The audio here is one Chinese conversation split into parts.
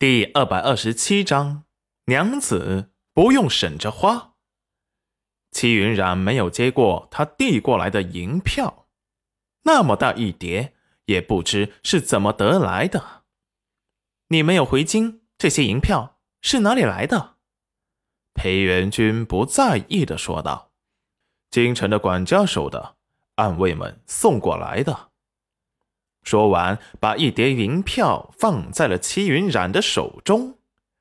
第227章，娘子不用省着花。戚云染没有接过他递过来的银票，那么大一叠，也不知是怎么得来的。你没有回京，这些银票是哪里来的？裴元君不在意地说道：京城的管家手的，暗卫们送过来的。说完，把一叠银票放在了戚云染的手中。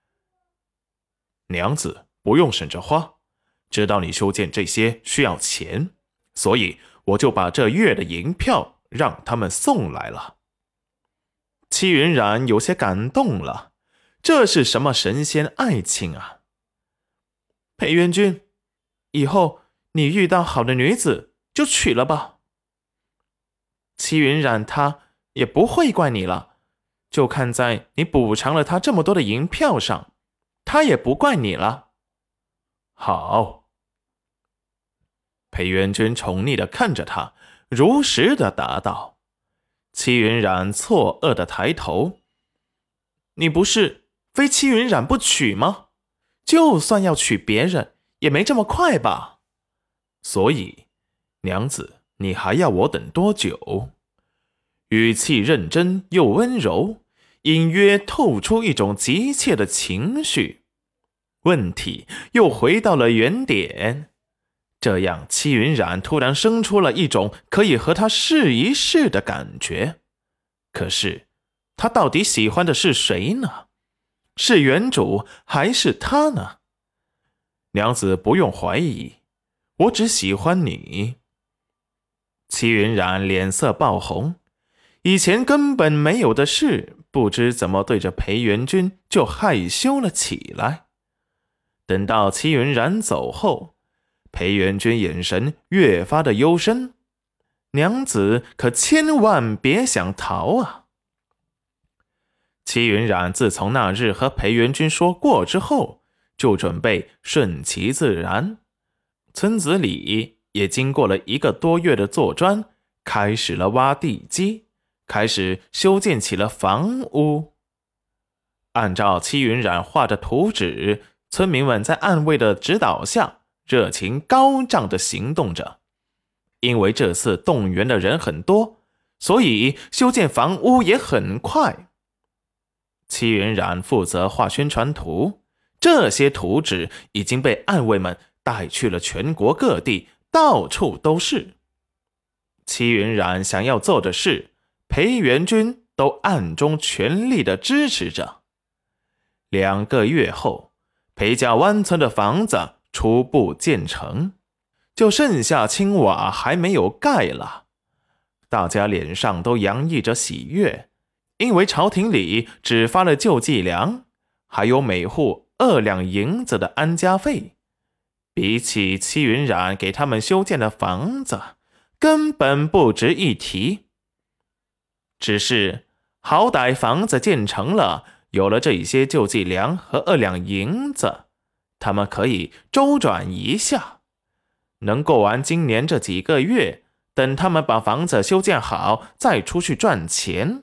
娘子不用省着花，知道你修建这些需要钱，所以我就把这月的银票让他们送来了。戚云染有些感动了，这是什么神仙爱情啊？裴元君，以后你遇到好的女子就娶了吧。戚云染他也不会怪你了，就看在你补偿了他这么多的银票上，他也不怪你了。好。裴元君宠溺地看着他，如实地答道。戚云染错愕地抬头：你不是非戚云染不娶吗？就算要娶别人，也没这么快吧？所以，娘子，你还要我等多久？语气认真又温柔，隐约透出一种急切的情绪。问题又回到了原点，这样戚云染突然生出了一种可以和他试一试的感觉。可是他到底喜欢的是谁呢？是原主还是他呢？娘子不用怀疑，我只喜欢你。戚云染脸色爆红，以前根本没有的事，不知怎么对着裴元君就害羞了起来。等到戚云染走后，裴元君眼神越发的幽深，娘子可千万别想逃啊！戚云染自从那日和裴元君说过之后，就准备顺其自然。村子里也经过了1个多月的做砖，开始了挖地基，开始修建起了房屋。按照戚云染画的图纸，村民们在暗卫的指导下，热情高涨地行动着。因为这次动员的人很多，所以修建房屋也很快。戚云染负责画宣传图，这些图纸已经被暗卫们带去了全国各地，到处都是。戚云染想要做的事，裴元君都暗中全力地支持着。2个月后，裴家湾村的房子初步建成，就剩下青瓦还没有盖了。大家脸上都洋溢着喜悦，因为朝廷里只发了救济粮，还有每户2两银子的安家费，比起戚云染给他们修建的房子，根本不值一提。只是好歹房子建成了，有了这些救济粮和2两银子，他们可以周转一下，能过完今年这几个月，等他们把房子修建好，再出去赚钱。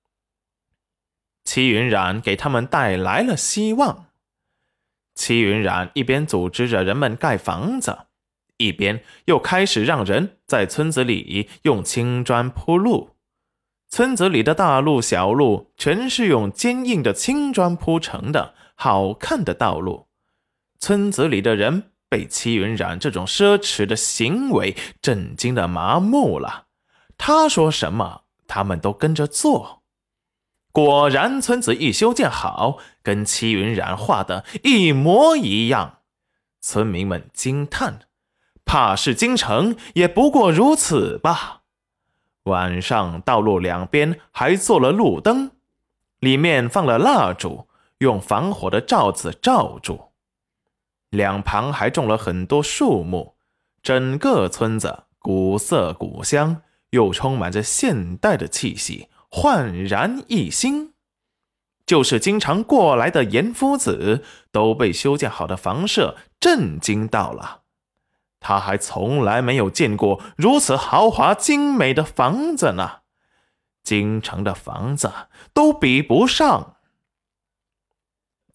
戚云染给他们带来了希望。戚云染一边组织着人们盖房子，一边又开始让人在村子里用青砖铺路。村子里的大路小路全是用坚硬的青砖铺成的好看的道路。村子里的人被戚云染这种奢侈的行为震惊的麻木了，他说什么他们都跟着做。果然村子一修建好，跟戚云染画的一模一样。村民们惊叹，怕是京城也不过如此吧。晚上道路两边还做了路灯，里面放了蜡烛，用防火的罩子罩住。两旁还种了很多树木，整个村子古色古香，又充满着现代的气息，焕然一新。就是经常过来的严夫子都被修建好的房舍震惊到了。他还从来没有见过如此豪华精美的房子呢，京城的房子都比不上。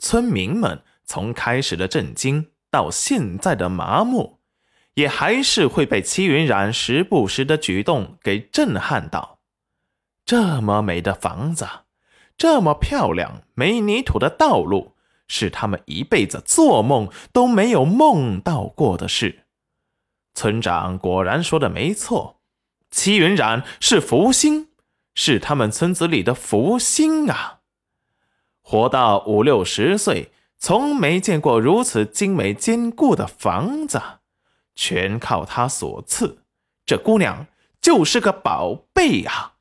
村民们从开始的震惊到现在的麻木，也还是会被戚云染时不时的举动给震撼到。这么美的房子，这么漂亮没泥土的道路，是他们一辈子做梦都没有梦到过的事。村长果然说的没错，戚云染是福星，是他们村子里的福星啊！活到50、60岁，从没见过如此精美坚固的房子，全靠他所赐。这姑娘就是个宝贝啊！